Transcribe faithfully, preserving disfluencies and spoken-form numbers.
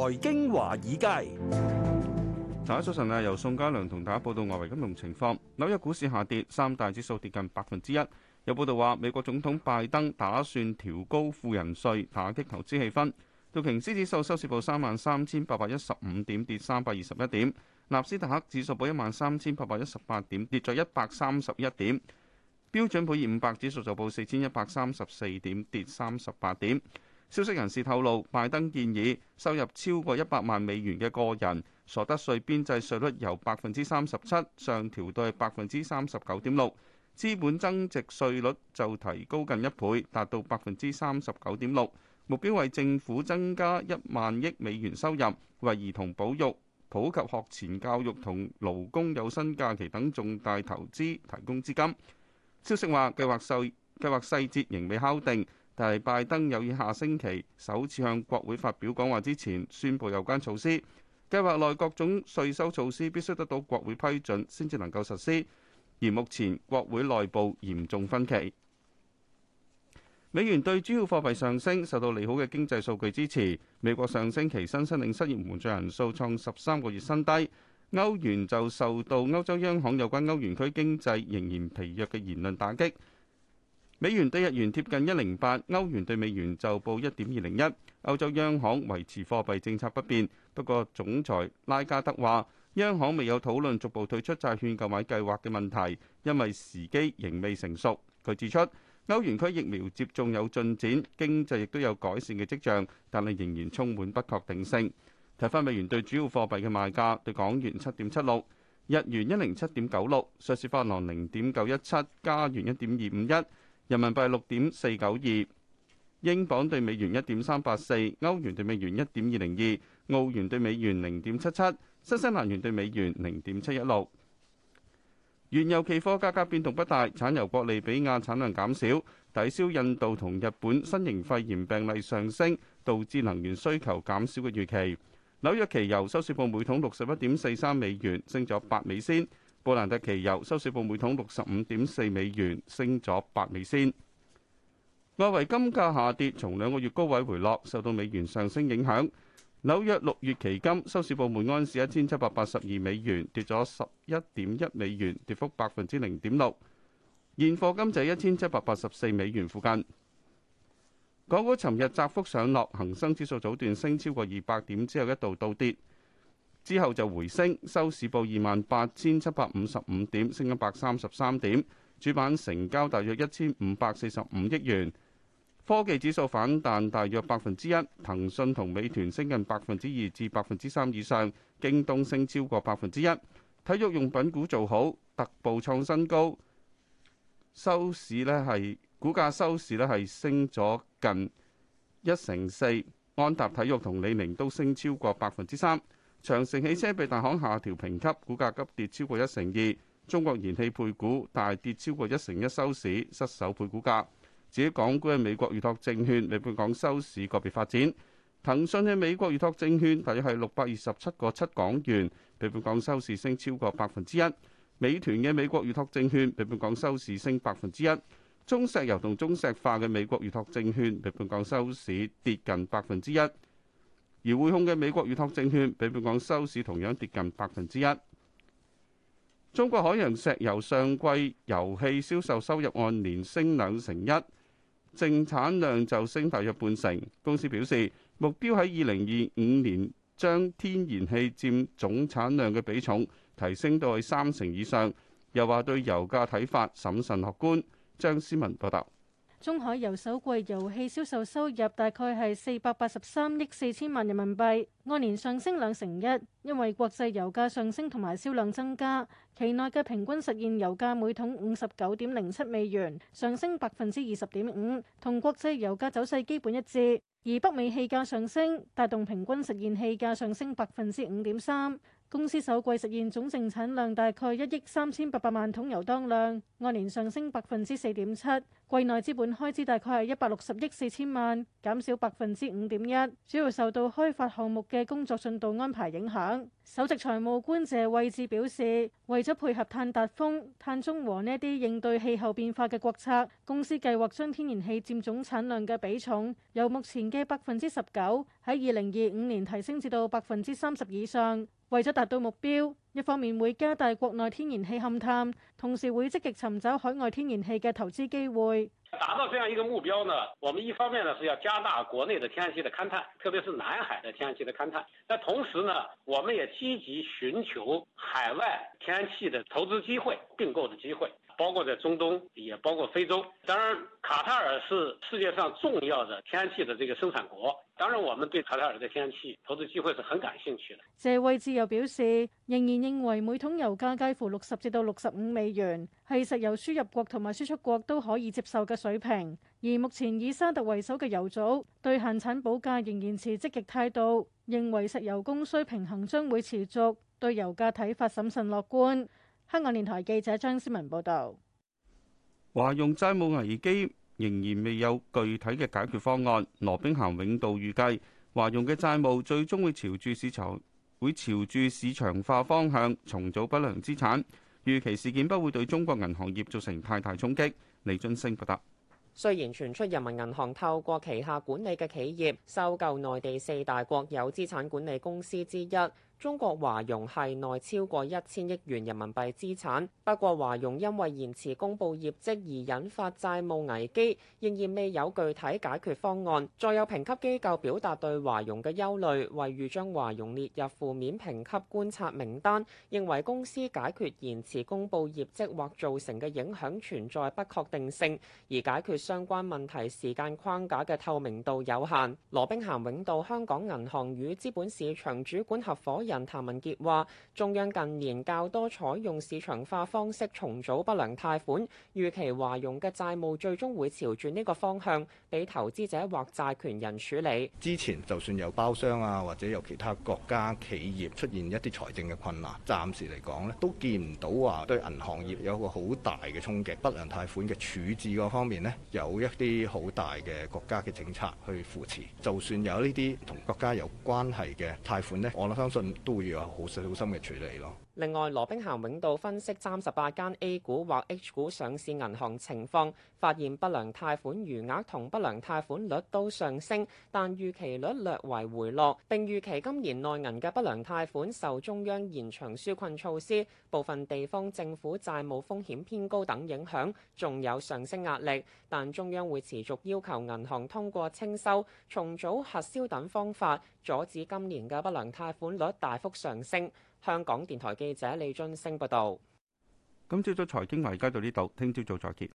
財經華爾街， 大家早晨啊！由宋家良同大家報道外圍金融情況。紐約股市下跌，三大指數跌近百分之一。有報道話，美國總統拜登打算調高富人稅，打擊投資氣氛。道瓊斯指數收市報三萬三千八百一十五點，跌三百二十一點。納斯達克指數報一萬三千八百一十八點，跌咗一百三十一點。標準普爾五百指數就報四千一百三十四點，跌三十八點。消息人士透露，拜登建議收入超過一百萬美元嘅個人所得稅邊際稅率由百分之三十七上調到百分之三十九點六，資本增值稅率就提高近一倍，達到百分之三十九點六。目標為政府增加一萬億美元收入，為兒童保育、普及學前教育同勞工有薪假期等重大投資提供資金。消息話，計劃細計劃細節仍未敲定，但係拜登有意下星期首次向國會發表講話之前宣布有關措施。計劃內各種稅收措施必須得到國會批准先至能夠實施，而目前國會內部嚴重分歧。美元對主要貨幣上升，受到利好嘅經濟數據支持。美國上星期新申領失業援助人數創十三個月新低。歐元就受到歐洲央行有關歐元區經濟仍然疲弱嘅言論打擊。美元對日元貼近一零八，歐元對美元就報一點二零一。歐洲央行維持貨幣政策不變，不過總裁拉加德話，央行未有討論逐步退出債券購買計劃嘅問題，因為時機仍未成熟。佢指出，歐元區疫苗接種有進展，經濟亦都有改善嘅跡象，但係仍然充滿不確定性。睇返美元對主要貨幣嘅賣價，對港元七點七六，日元一零七點九六，瑞士法郎零點九一七，加元一點二五一，人民幣六點四九二，英鎊對美元一點三八四，歐元對美元一點二零二，澳元對美元零點七七，新西蘭元對美元零點七一六。原油期貨價格變動不大，產油國利比亞產量減少，抵消印度同日本新型肺炎病例上升，導致能源需求減少嘅預期。紐約期油收市報每桶六十一點四三美元，升咗八美仙。布蘭特期油收市報每桶六十五點四美元，升咗八美仙。外圍金價下跌，從兩個月高位回落，受到美元上升影響。紐約六月期金收市報每安士一千七百八十二美元，跌咗十一點一美元，跌幅百分之零點六。現貨金就一千七百八十四美元附近。港股尋日窄幅上落，恒生指數早段升超過二百點之後一度倒跌，之後就回升，收市報二萬八千七百五十五點，升一百三十三點。主板成交大約一千五百四十五億元。科技指數反彈大約百分之一，騰訊同美團升近百分之二至百分之三以上，京東升超過百分之一。體育用品股做好，特步創新高，收市呢係股價收市呢係升咗近一成四。安踏體育同李寧都升超過百分之三。長城汽車被大行下調評級，股價急跌超過一成二。中國燃氣配股大跌超過一成一，收市失守配股價。至於港股嘅美國預託證券，比本港收市個別發展。騰訊嘅美國預託證券大約係六百二十七個七港元，比本港收市升超過百分之一。美團嘅美國預託證券比本港收市升百分之一。中石油同中石化嘅美國預託證券比本港收市跌近百分之一。而匯控嘅美國預託證券比本港收市同樣跌近百分之一。中國海洋石油上季油氣銷售收入按年升兩成一。淨產量就升大約半成。公司表示，目標喺二零二五年將天然氣佔總產量嘅比重提升到去三成以上。又話對油價睇法審慎樂觀。張思文報道。 中海油首季油氣銷售收入大概係四百八十三億四千萬人民幣，按年上升兩成一，因為國際油價上升同埋銷量增加，期內嘅平均實現油價每桶五十九點零七美元，上升百分之二十點五，同國際油價走勢基本一致。而北美氣價上升，帶動平均實現氣價上升百分之五點三。公司首季實現總淨產量大概一億三千八百萬桶油當量，按年上升百分之四點七。季內資本開支大概係一百六十億四千萬，減少百分之五點一，主要受到開發項目嘅工作進度安排影響。首席財務官謝惠智表示， 為咗配合碳達峰、碳中和呢啲應對氣候變化嘅國策，公司計劃將天然氣佔總產量嘅比重由目前嘅百分之十九喺二零二五年提升至到百分之三十以上。為咗達到目標，一方面會加大國內天然氣勘探，同時會積極尋找海外天然氣嘅投資機會。 達到這樣一個目標呢，我們一方面呢是要加大國內的天然氣的勘探，特別是南海的天然氣的勘探。但同時呢，我們也積極尋求海外天然氣的投資機會、併購的機會，包括在中東，也包括非洲。當然，卡塔爾是世界上重要的天然氣的這個生產國。當然，我們對卡塔爾的天然氣投資機會是很感興趣的。 謝惠智又表示，仍然認為每桶油價介乎六十至到六十五美元，係石油輸入國同埋輸出國都可以接受嘅水平。而目前以沙特為首嘅油組對限產補價仍然持積極態度，認為石油供需平衡將會持續，對油價睇法審慎樂觀。香港電台記者張思文報道。 華融債務危機仍然未有具體嘅解決方案。羅兵咸永道預計，華融嘅債務最終會朝住市場會朝住市場化方向重組不良資產。預期事件不會對中國銀行業造成太大衝擊。李津升報道。 雖然傳出人民銀行透過旗下管理嘅企業收購內地四大國有資產管理公司之一，中國華融係內超過一千億元人民幣資產。不過華融因為延遲公佈業績而引發債務危機，仍然未有具體解決方案。再有評級機構表達對華融嘅憂慮，惠譽將華融列入負面評級觀察名單，認為公司解決延遲公佈業績或造成嘅影響存在不確定性，而解決相關問題時間框架嘅透明度有限。羅兵咸永道香港銀行與資本市場主管合夥人譚文傑話，中央近年較多採用市場化方式重組不良貸款，預期華融嘅債務最終會朝住呢個方向，俾投資者或債權人處理。 之前就算有包商啊，或者有其他國家企業出現一啲財政嘅困難，暫時嚟講咧，都見唔到話對銀行業有個好大嘅衝擊。不良貸款嘅處置嗰方面呢，有一啲好大嘅國家嘅政策去扶持。就算有呢啲同國家有關係嘅貸款呢，我相信都會有好小心嘅處理咯。 另外，羅兵咸永道分析三十八間 A 股或 H 股上市銀行情況，發現不良貸款餘額同不良貸款率都上升，但預期率略為回落。並預期今年內銀嘅不良貸款受中央延長紓困措施、部分地方政府債務風險偏高等影響，仲有上升壓力。但中央會持續要求銀行通過清收、重組、核銷等方法，阻止今年嘅不良貸款率大幅上升。香港電台記者李津升報道。 今朝早財經華爾街到呢度，聽朝早再見。